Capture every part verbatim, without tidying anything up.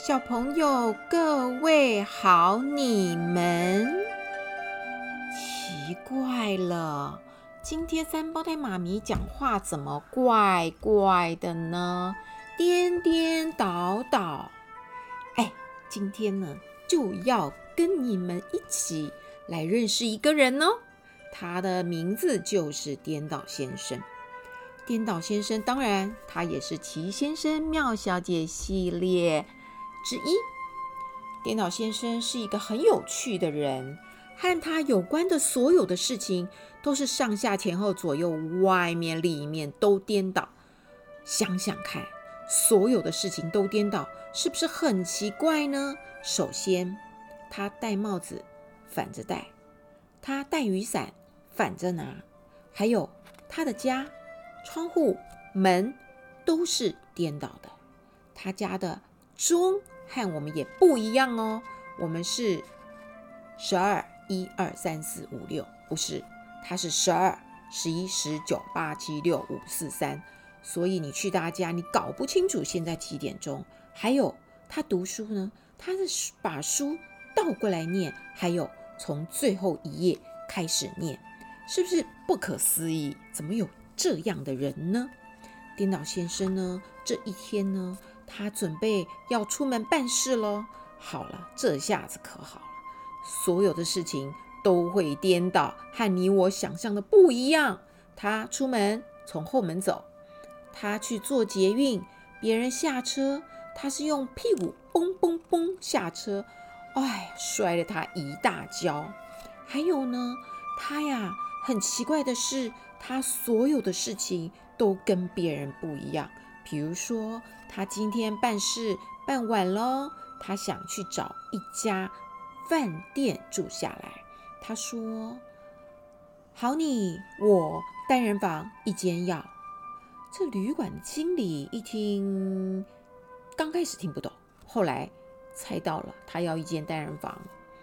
小朋友，各位好，你们奇怪了，今天三胞胎妈咪讲话怎么怪怪的呢？颠颠倒倒。哎，今天呢就要跟你们一起来认识一个人哦，他的名字就是颠倒先生。颠倒先生，当然他也是奇先生妙小姐系列之一。颠倒先生是一个很有趣的人，和他有关的所有的事情都是上下前后左右外面里面都颠倒。想想看，所有的事情都颠倒，是不是很奇怪呢？首先，他戴帽子反着戴，他带雨伞反着拿，还有他的家窗户门都是颠倒的。他家的钟和我们也不一样哦，我们是十二，一二三四五六，不是，他是十二、十一、十九、八、七、六、五、四、三，所以你去他家，你搞不清楚现在几点钟。还有他读书呢，他是把书倒过来念，还有从最后一页开始念，是不是不可思议？怎么有这样的人呢？颠倒先生呢，这一天呢，他准备要出门办事咯。好了，这下子可好了，所有的事情都会颠倒，和你我想象的不一样。他出门从后门走，他去坐捷运，别人下车，他是用屁股蹦蹦蹦下车，哎，摔了他一大跤。还有呢，他呀，很奇怪的是，他所有的事情都跟别人不一样。比如说，他今天办事办晚了，他想去找一家饭店住下来。他说：“好你我单人房一间要。”这旅馆的经理一听，刚开始听不懂，后来猜到了，他要一间单人房。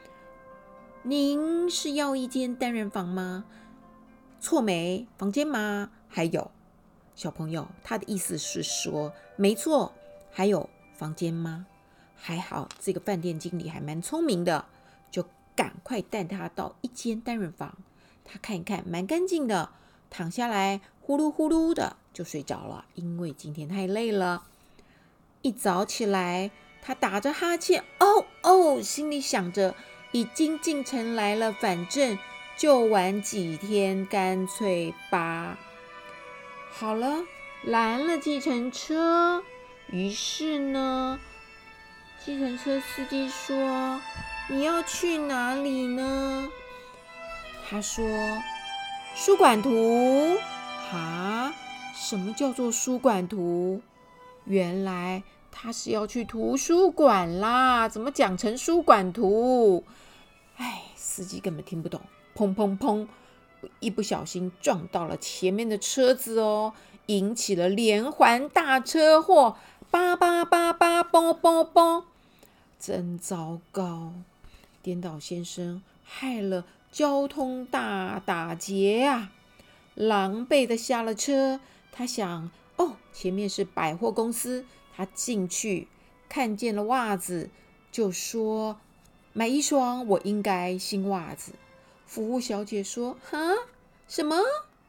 您是要一间单人房吗？错没？房间吗？还有小朋友，他的意思是说，没错，还有房间吗？还好这个饭店经理还蛮聪明的，就赶快带他到一间单人房。他看一看，蛮干净的，躺下来呼噜呼噜的就睡着了，因为今天太累了。一早起来，他打着哈欠，哦哦，心里想着，已经进城来了，反正就玩几天，干脆吧。好了，拦了计程车。于是呢，计程车司机说：“你要去哪里呢？”他说：“书馆图。”哈，什么叫做书馆图？原来他是要去图书馆啦，怎么讲成书馆图？哎，司机根本听不懂，砰砰砰，一不小心撞到了前面的车子哦，引起了连环大车祸，叭叭叭叭，啵啵啵，真糟糕！颠倒先生害了交通大打劫啊，狼狈的下了车。他想，哦，前面是百货公司，他进去看见了袜子，就说：“买一双，我应该新袜子。”服务小姐说：“哈，什么？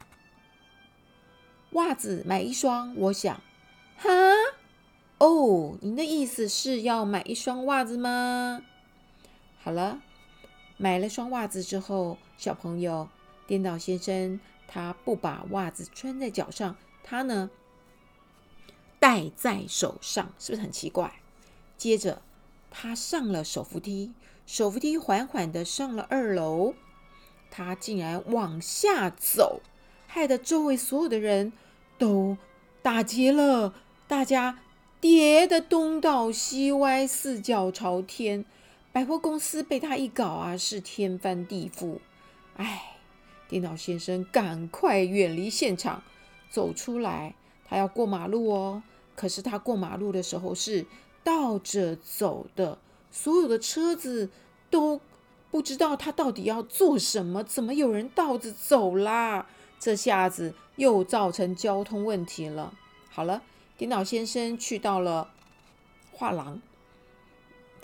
袜子买一双？我想，哈，哦，您的意思是要买一双袜子吗？”好了，买了双袜子之后，小朋友，颠倒先生他不把袜子穿在脚上，他呢戴在手上，是不是很奇怪？接着他上了手扶梯，手扶梯缓缓的上了二楼，他竟然往下走，害得周围所有的人都打结了，大家跌得东倒西歪，四脚朝天。百货公司被他一搞啊，是天翻地覆。哎，颠倒先生赶快远离现场，走出来，他要过马路哦。可是他过马路的时候是倒着走的，所有的车子都不知道他到底要做什么，怎么有人倒着走啦？这下子又造成交通问题了。好了，颠倒先生去到了画廊，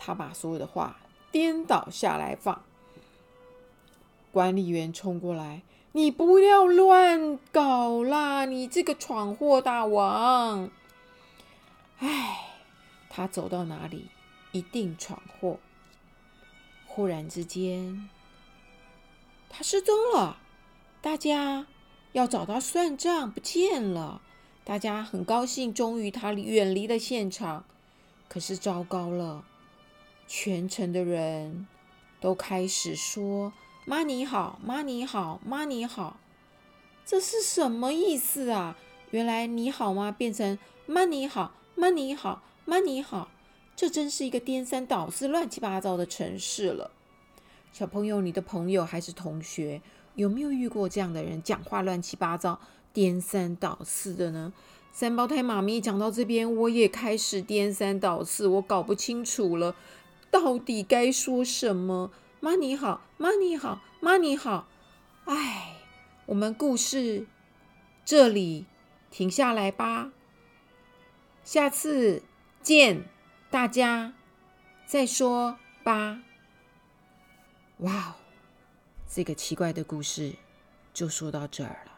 他把所有的话颠倒下来放。管理员冲过来，你不要乱搞啦，你这个闯祸大王。唉，他走到哪里一定闯祸。忽然之间，他失踪了，大家要找他算账，不见了。大家很高兴，终于他远离了现场。可是糟糕了，全城的人都开始说妈你好，妈你好，妈你好。这是什么意思啊？原来你好吗变成妈你好，妈你好，妈你好。这真是一个颠三倒四乱七八糟的城市了。小朋友，你的朋友还是同学，有没有遇过这样的人，讲话乱七八糟颠三倒四的呢？三胞胎妈咪讲到这边，我也开始颠三倒四，我搞不清楚了，到底该说什么？妈你好，妈你好，妈你好。哎，我们故事这里停下来吧，下次见，大家再说吧。哇哦，这个奇怪的故事就说到这儿了。